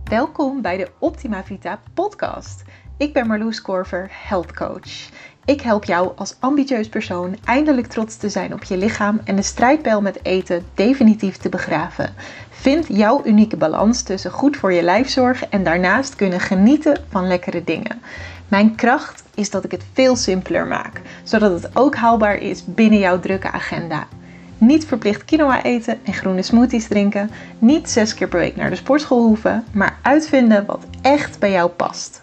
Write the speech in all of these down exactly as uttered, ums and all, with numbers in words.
Welkom bij de Optima Vita podcast. Ik ben Marloes Korver, health coach. Ik help jou als ambitieus persoon eindelijk trots te zijn op je lichaam en de strijdpijl met eten definitief te begraven. Vind jouw unieke balans tussen goed voor je lijf zorgen en daarnaast kunnen genieten van lekkere dingen. Mijn kracht is dat ik het veel simpeler maak, zodat het ook haalbaar is binnen jouw drukke agenda. Niet verplicht quinoa eten en groene smoothies drinken. Niet zes keer per week naar de sportschool hoeven. Maar uitvinden wat echt bij jou past.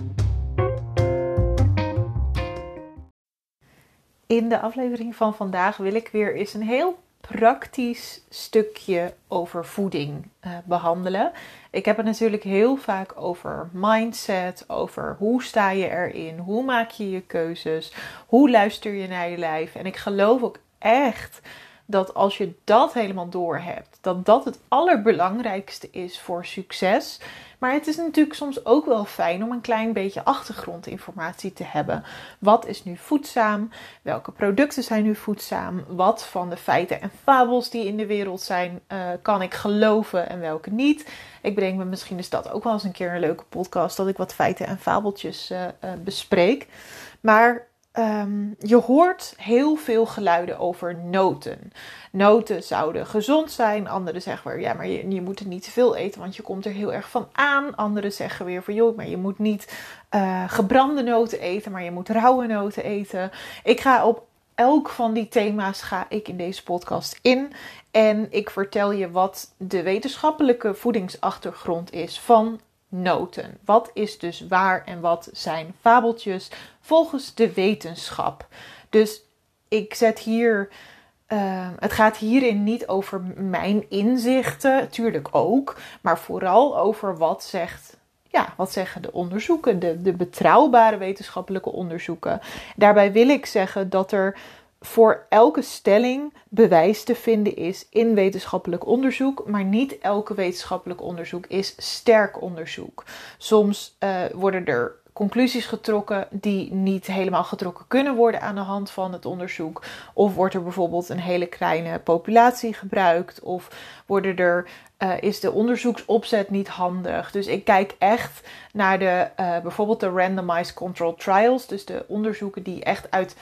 In de aflevering van vandaag wil ik weer eens een heel praktisch stukje over voeding uh, behandelen. Ik heb het natuurlijk heel vaak over mindset, over hoe sta je erin, hoe maak je je keuzes, hoe luister je naar je lijf. En ik geloof ook echt dat als je dat helemaal doorhebt, dat dat het allerbelangrijkste is voor succes. Maar het is natuurlijk soms ook wel fijn om een klein beetje achtergrondinformatie te hebben. Wat is nu voedzaam? Welke producten zijn nu voedzaam? Wat van de feiten en fabels die in de wereld zijn, uh, kan ik geloven en welke niet? Ik bedenk me, misschien is dat ook wel eens een keer een leuke podcast, dat ik wat feiten en fabeltjes uh, uh, bespreek. Maar Um, je hoort heel veel geluiden over noten. Noten zouden gezond zijn. Anderen zeggen weer, ja, maar je, je moet er niet te veel eten, want je komt er heel erg van aan. Anderen zeggen weer van, joh, maar je moet niet uh, gebrande noten eten, maar je moet rauwe noten eten. Ik ga op elk van die thema's ga ik in deze podcast in. En ik vertel je wat de wetenschappelijke voedingsachtergrond is van noten. Wat is dus waar en wat zijn fabeltjes volgens de wetenschap? Dus ik zet hier, uh, het gaat hierin niet over mijn inzichten, natuurlijk ook, maar vooral over wat zegt, ja, wat zeggen de onderzoeken, de, de betrouwbare wetenschappelijke onderzoeken. Daarbij wil ik zeggen dat er voor elke stelling bewijs te vinden is in wetenschappelijk onderzoek, maar niet elke wetenschappelijk onderzoek is sterk onderzoek. Soms uh, worden er conclusies getrokken die niet helemaal getrokken kunnen worden aan de hand van het onderzoek. Of wordt er bijvoorbeeld een hele kleine populatie gebruikt, of worden er, uh, is de onderzoeksopzet niet handig. Dus ik kijk echt naar de, uh, bijvoorbeeld de randomized controlled trials, dus de onderzoeken die echt uit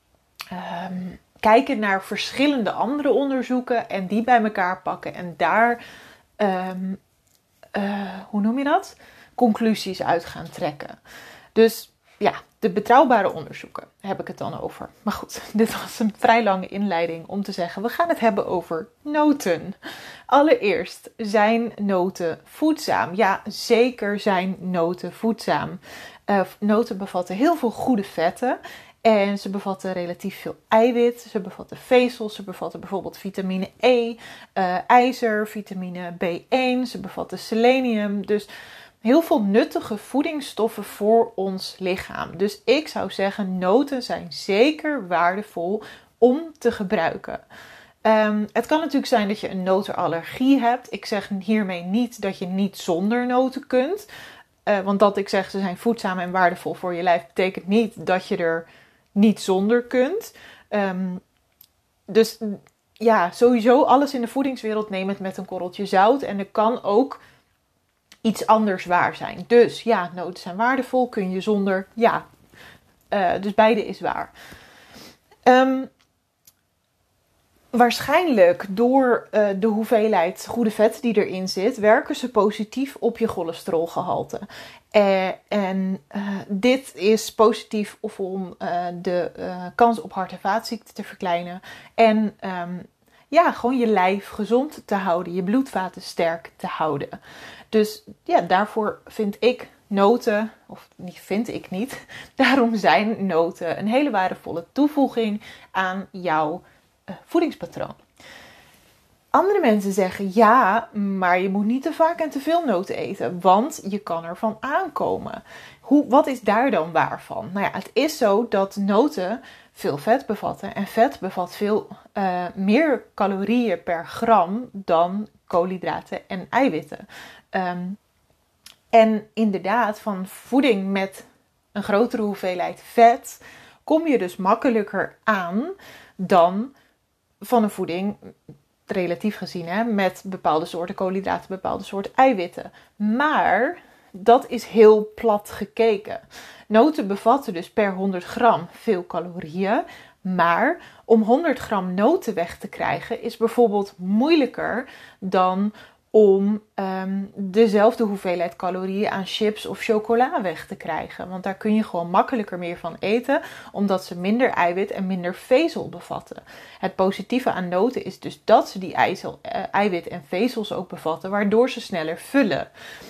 Um, kijken naar verschillende andere onderzoeken en die bij elkaar pakken en daar, um, uh, hoe noem je dat? Conclusies uit gaan trekken. Dus ja, de betrouwbare onderzoeken heb ik het dan over. Maar goed, dit was een vrij lange inleiding om te zeggen, we gaan het hebben over noten. Allereerst, zijn noten voedzaam? Ja, zeker zijn noten voedzaam. Uh, noten bevatten heel veel goede vetten. En ze bevatten relatief veel eiwit, ze bevatten vezels, ze bevatten bijvoorbeeld vitamine E, uh, ijzer, vitamine B één, ze bevatten selenium. Dus heel veel nuttige voedingsstoffen voor ons lichaam. Dus ik zou zeggen, noten zijn zeker waardevol om te gebruiken. Um, het kan natuurlijk zijn dat je een notenallergie hebt. Ik zeg hiermee niet dat je niet zonder noten kunt. Uh, want dat ik zeg, ze zijn voedzaam en waardevol voor je lijf, betekent niet dat je er niet zonder kunt. Um, dus ja, sowieso alles in de voedingswereld neem het met een korreltje zout. En er kan ook iets anders waar zijn. Dus ja, noten zijn waardevol. Kun je zonder? Ja. Uh, dus beide is waar. Um, waarschijnlijk door uh, de hoeveelheid goede vet die erin zit, werken ze positief op je cholesterolgehalte. Uh, en uh, dit is positief of om uh, de uh, kans op hart- en vaatziekten te verkleinen. En um, ja, gewoon je lijf gezond te houden, je bloedvaten sterk te houden. Dus ja, daarvoor vind ik noten, of niet vind ik niet, daarom zijn noten een hele waardevolle toevoeging aan jouw uh, voedingspatroon. Andere mensen zeggen, ja, maar je moet niet te vaak en te veel noten eten, want je kan ervan aankomen. Hoe, wat is daar dan waar van? Nou ja, het is zo dat noten veel vet bevatten en vet bevat veel uh, meer calorieën per gram dan koolhydraten en eiwitten. Um, en inderdaad, van voeding met een grotere hoeveelheid vet kom je dus makkelijker aan dan van een voeding relatief gezien, hè, met bepaalde soorten koolhydraten, bepaalde soorten eiwitten. Maar dat is heel plat gekeken. Noten bevatten dus per honderd gram veel calorieën. Maar om honderd gram noten weg te krijgen is bijvoorbeeld moeilijker dan om um, dezelfde hoeveelheid calorieën aan chips of chocola weg te krijgen. Want daar kun je gewoon makkelijker meer van eten, omdat ze minder eiwit en minder vezel bevatten. Het positieve aan noten is dus dat ze die ijzel, uh, eiwit en vezels ook bevatten, waardoor ze sneller vullen.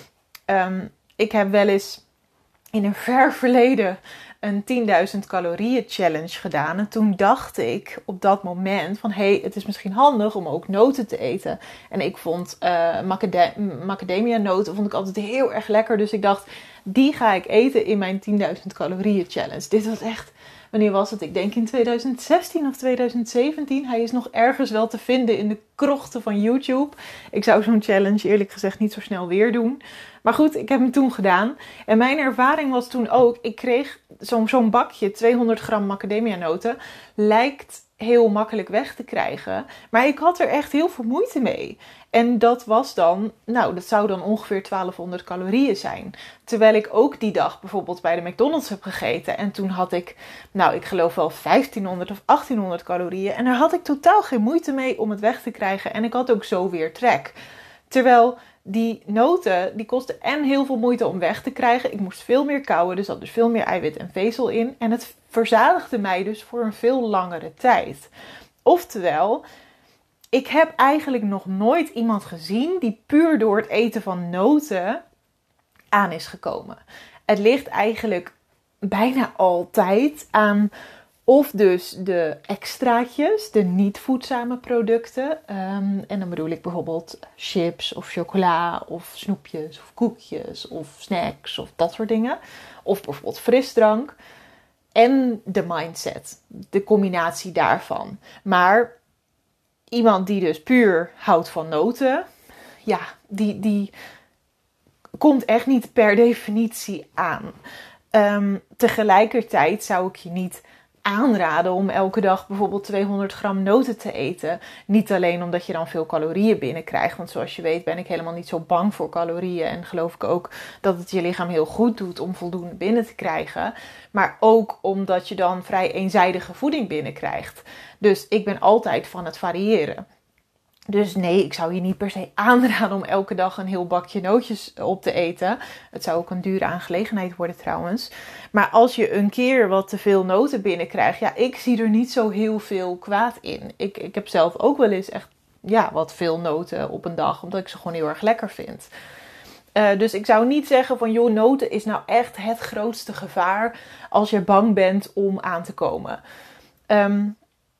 Um, ik heb wel eens in een ver verleden een tienduizend calorieën challenge gedaan. En toen dacht ik op dat moment van, hé, hey, het is misschien handig om ook noten te eten. En ik vond uh, macadam- macadamia noten vond ik altijd heel erg lekker. Dus ik dacht, die ga ik eten in mijn tienduizend calorieën challenge. Dit was echt, wanneer was het? Ik denk in twintig zestien of twintig zeventien. Hij is nog ergens wel te vinden in de krochten van YouTube. Ik zou zo'n challenge eerlijk gezegd niet zo snel weer doen. Maar goed, ik heb hem toen gedaan. En mijn ervaring was toen ook, ik kreeg zo'n zo'n bakje, tweehonderd gram macadamia noten, lijkt heel makkelijk weg te krijgen. Maar ik had er echt heel veel moeite mee. En dat was dan, nou, dat zou dan ongeveer twaalfhonderd calorieën zijn. Terwijl ik ook die dag bijvoorbeeld bij de McDonald's heb gegeten. En toen had ik, nou, ik geloof wel vijftienhonderd of achttienhonderd calorieën. En daar had ik totaal geen moeite mee om het weg te krijgen. En ik had ook zo weer trek. Terwijl die noten, die kosten en heel veel moeite om weg te krijgen. Ik moest veel meer kauwen, dus er zat dus veel meer eiwit en vezel in. En het verzadigde mij dus voor een veel langere tijd. Oftewel, ik heb eigenlijk nog nooit iemand gezien die puur door het eten van noten aan is gekomen. Het ligt eigenlijk bijna altijd aan of dus de extraatjes, de niet voedzame producten. Um, en dan bedoel ik bijvoorbeeld chips of chocola of snoepjes of koekjes of snacks of dat soort dingen. Of bijvoorbeeld frisdrank. En de mindset, de combinatie daarvan. Maar iemand die dus puur houdt van noten, ja, die, die komt echt niet per definitie aan. Um, tegelijkertijd zou ik je niet aanraden om elke dag bijvoorbeeld tweehonderd gram noten te eten. Niet alleen omdat je dan veel calorieën binnenkrijgt. Want zoals je weet ben ik helemaal niet zo bang voor calorieën. En geloof ik ook dat het je lichaam heel goed doet om voldoende binnen te krijgen. Maar ook omdat je dan vrij eenzijdige voeding binnenkrijgt. Dus ik ben altijd van het variëren. Dus nee, ik zou je niet per se aanraden om elke dag een heel bakje nootjes op te eten. Het zou ook een dure aangelegenheid worden trouwens. Maar als je een keer wat te veel noten binnenkrijgt, ja, ik zie er niet zo heel veel kwaad in. Ik, ik heb zelf ook wel eens echt, ja, wat veel noten op een dag, omdat ik ze gewoon heel erg lekker vind. Uh, dus ik zou niet zeggen van, joh, noten is nou echt het grootste gevaar als je bang bent om aan te komen. Um,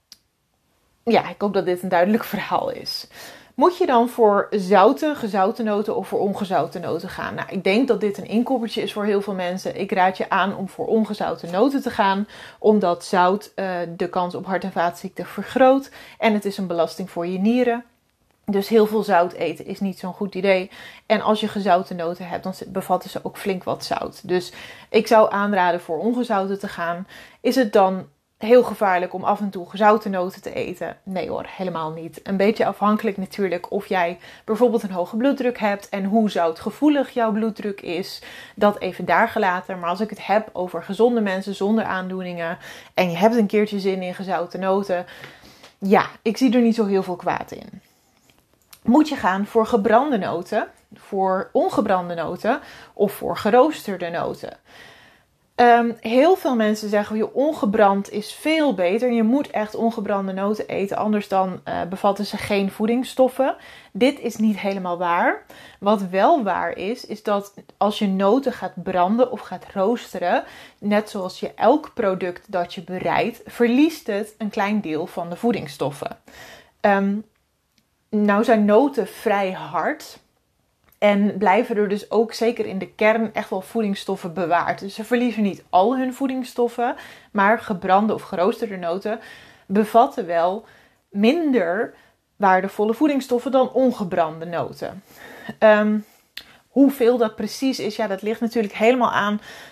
Ja, ik hoop dat dit een duidelijk verhaal is. Moet je dan voor zoute, gezouten noten of voor ongezouten noten gaan? Nou, ik denk dat dit een inkoppertje is voor heel veel mensen. Ik raad je aan om voor ongezouten noten te gaan, omdat zout uh, de kans op hart- en vaatziekten vergroot. En het is een belasting voor je nieren. Dus heel veel zout eten is niet zo'n goed idee. En als je gezouten noten hebt, dan bevatten ze ook flink wat zout. Dus ik zou aanraden voor ongezouten te gaan. Is het dan heel gevaarlijk om af en toe gezouten noten te eten? Nee hoor, helemaal niet. Een beetje afhankelijk natuurlijk of jij bijvoorbeeld een hoge bloeddruk hebt en hoe zoutgevoelig jouw bloeddruk is. Dat even daar gelaten. Maar als ik het heb over gezonde mensen zonder aandoeningen en je hebt een keertje zin in gezouten noten, ja, ik zie er niet zo heel veel kwaad in. Moet je gaan voor gebrande noten, voor ongebrande noten of voor geroosterde noten? Um, heel veel mensen zeggen, je ongebrand is veel beter. Je moet echt ongebrande noten eten, anders dan uh, bevatten ze geen voedingsstoffen. Dit is niet helemaal waar. Wat wel waar is, is dat als je noten gaat branden of gaat roosteren, net zoals je elk product dat je bereidt, verliest het een klein deel van de voedingsstoffen. Um, nou zijn noten vrij hard. En blijven er dus ook zeker in de kern echt wel voedingsstoffen bewaard. Dus ze verliezen niet al hun voedingsstoffen. Maar gebrande of geroosterde noten bevatten wel minder waardevolle voedingsstoffen dan ongebrande noten. Um, hoeveel dat precies is, ja, dat ligt natuurlijk helemaal aan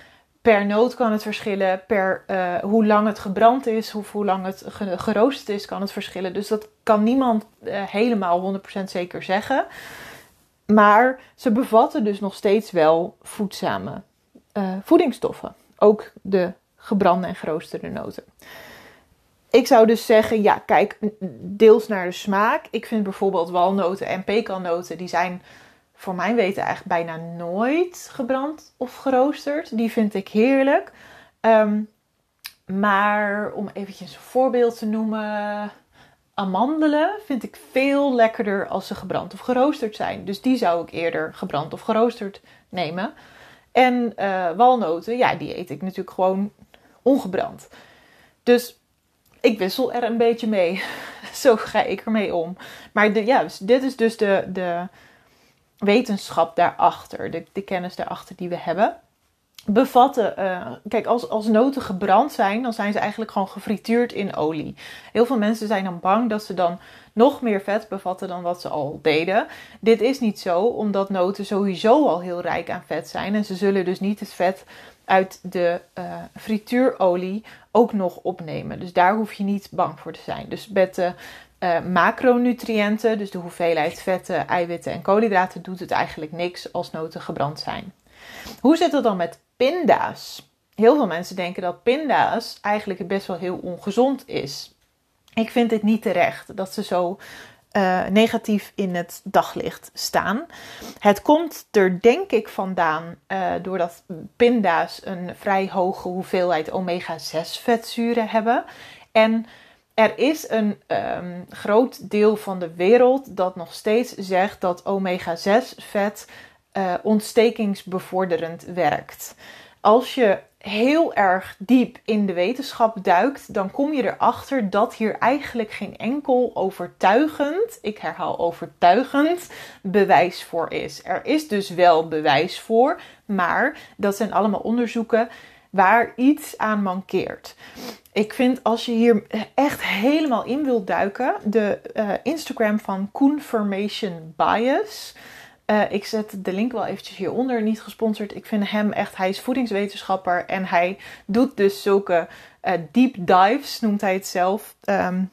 per noot kan het verschillen. Per uh, hoe lang het gebrand is. Of hoe lang het ge- geroosterd is kan het verschillen. Dus dat kan niemand uh, helemaal honderd procent zeker zeggen. Maar ze bevatten dus nog steeds wel voedzame uh, voedingsstoffen. Ook de gebrande en geroosterde noten. Ik zou dus zeggen, ja, kijk deels naar de smaak. Ik vind bijvoorbeeld walnoten en pekannoten, die zijn voor mijn weten eigenlijk bijna nooit gebrand of geroosterd. Die vind ik heerlijk. Um, maar om eventjes een voorbeeld te noemen, amandelen vind ik veel lekkerder als ze gebrand of geroosterd zijn. Dus die zou ik eerder gebrand of geroosterd nemen. En uh, walnoten, ja, die eet ik natuurlijk gewoon ongebrand. Dus ik wissel er een beetje mee. Zo ga ik ermee om. Maar de, ja, dit is dus de, de wetenschap daarachter. De, de kennis daarachter die we hebben. Bevatten, uh, kijk, als, als noten gebrand zijn, dan zijn ze eigenlijk gewoon gefrituurd in olie. Heel veel mensen zijn dan bang dat ze dan nog meer vet bevatten dan wat ze al deden. Dit is niet zo, omdat noten sowieso al heel rijk aan vet zijn. En ze zullen dus niet het vet uit de uh, frituurolie ook nog opnemen. Dus daar hoef je niet bang voor te zijn. Dus met de uh, macronutriënten, dus de hoeveelheid vetten, eiwitten en koolhydraten, doet het eigenlijk niks als noten gebrand zijn. Hoe zit het dan met pinda's? Heel veel mensen denken dat pinda's eigenlijk best wel heel ongezond is. Ik vind het niet terecht dat ze zo uh, negatief in het daglicht staan. Het komt er denk ik vandaan uh, doordat pinda's een vrij hoge hoeveelheid omega zes vetzuren hebben. En er is een um, groot deel van de wereld dat nog steeds zegt dat omega zes vet uh, ontstekingsbevorderend werkt. Als je heel erg diep in de wetenschap duikt, dan kom je erachter dat hier eigenlijk geen enkel overtuigend, ik herhaal overtuigend, bewijs voor is. Er is dus wel bewijs voor, maar dat zijn allemaal onderzoeken waar iets aan mankeert. Ik vind als je hier echt helemaal in wilt duiken, de uh, Instagram van Confirmation Bias. Uh, ik zet de link wel eventjes hieronder, niet gesponsord. Ik vind hem echt, hij is voedingswetenschapper en hij doet dus zulke uh, deep dives, noemt hij het zelf, um,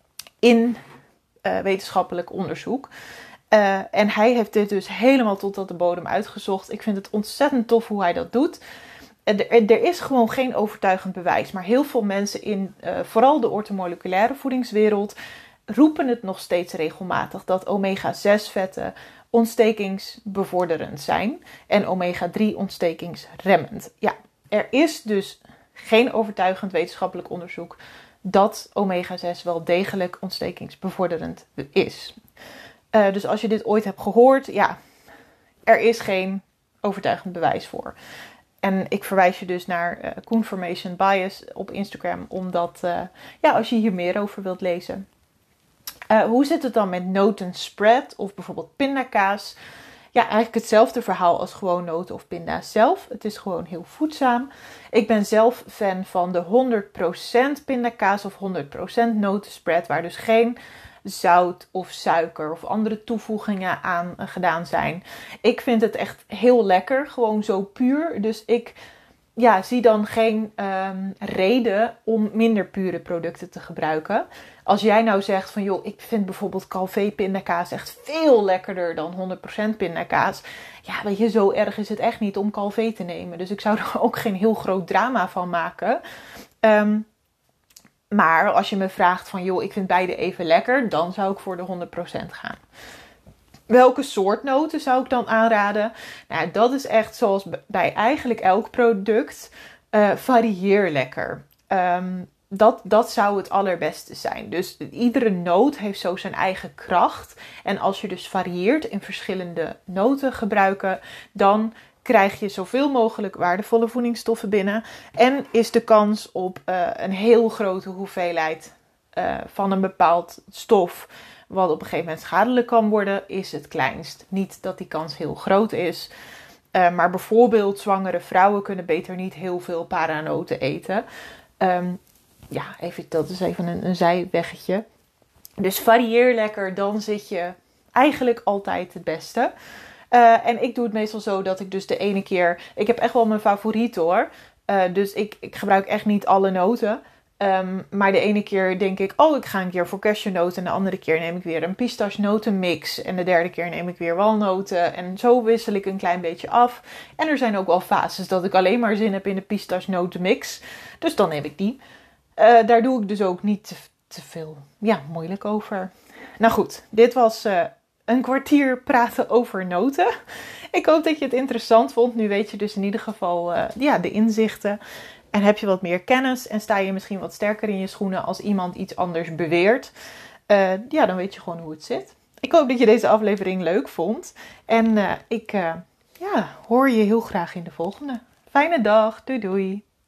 in uh, wetenschappelijk onderzoek. Uh, en hij heeft dit dus helemaal tot op de bodem uitgezocht. Ik vind het ontzettend tof hoe hij dat doet. Er, er is gewoon geen overtuigend bewijs, maar heel veel mensen in uh, vooral de orthomoleculaire voedingswereld roepen het nog steeds regelmatig dat omega zes vetten ontstekingsbevorderend zijn en omega drie ontstekingsremmend. Ja, er is dus geen overtuigend wetenschappelijk onderzoek dat omega zes wel degelijk ontstekingsbevorderend is. Uh, dus als je dit ooit hebt gehoord, ja, er is geen overtuigend bewijs voor. En ik verwijs je dus naar uh, Confirmation Bias op Instagram, omdat, uh, ja, als je hier meer over wilt lezen. Uh, hoe zit het dan met notenspread of bijvoorbeeld pindakaas? Ja, eigenlijk hetzelfde verhaal als gewoon noten of pinda's zelf. Het is gewoon heel voedzaam. Ik ben zelf fan van de honderd procent pindakaas of honderd procent notenspread, waar dus geen zout of suiker of andere toevoegingen aan uh, gedaan zijn. Ik vind het echt heel lekker, gewoon zo puur. Dus ik ja, zie dan geen um, reden om minder pure producten te gebruiken. Als jij nou zegt van joh, ik vind bijvoorbeeld Calvé pindakaas echt veel lekkerder dan honderd procent pindakaas. Ja, weet je, zo erg is het echt niet om Calvé te nemen. Dus ik zou er ook geen heel groot drama van maken. Um, maar als je me vraagt van joh, ik vind beide even lekker, dan zou ik voor de honderd procent gaan. Welke soort noten zou ik dan aanraden? Nou, dat is echt zoals bij eigenlijk elk product. Uh, varieer lekker. Um, dat, dat zou het allerbeste zijn. Dus iedere noot heeft zo zijn eigen kracht. En als je dus varieert in verschillende noten gebruiken, dan krijg je zoveel mogelijk waardevolle voedingsstoffen binnen. En is de kans op uh, een heel grote hoeveelheid uh, van een bepaald stof, wat op een gegeven moment schadelijk kan worden, is het kleinst. Niet dat die kans heel groot is. Uh, maar bijvoorbeeld zwangere vrouwen kunnen beter niet heel veel paranoten eten. Um, ja, even, dat is even een, een zijweggetje. Dus varieer lekker, dan zit je eigenlijk altijd het beste. Uh, en ik doe het meestal zo dat ik dus de ene keer... Ik heb echt wel mijn favoriet hoor. Uh, dus ik, ik gebruik echt niet alle noten. Um, maar de ene keer denk ik, oh, ik ga een keer voor cashewnoten. En de andere keer neem ik weer een pistachenotenmix. En de derde keer neem ik weer walnoten. En zo wissel ik een klein beetje af. En er zijn ook wel fases dat ik alleen maar zin heb in de pistachenotenmix. Dus dan neem ik die. Uh, daar doe ik dus ook niet te, te veel ja, moeilijk over. Nou goed, dit was uh, een kwartier praten over noten. Ik hoop dat je het interessant vond. Nu weet je dus in ieder geval uh, ja, de inzichten. En heb je wat meer kennis en sta je misschien wat sterker in je schoenen als iemand iets anders beweert. Uh, ja, dan weet je gewoon hoe het zit. Ik hoop dat je deze aflevering leuk vond. En uh, ik uh, ja, hoor je heel graag in de volgende. Fijne dag. Doei doei.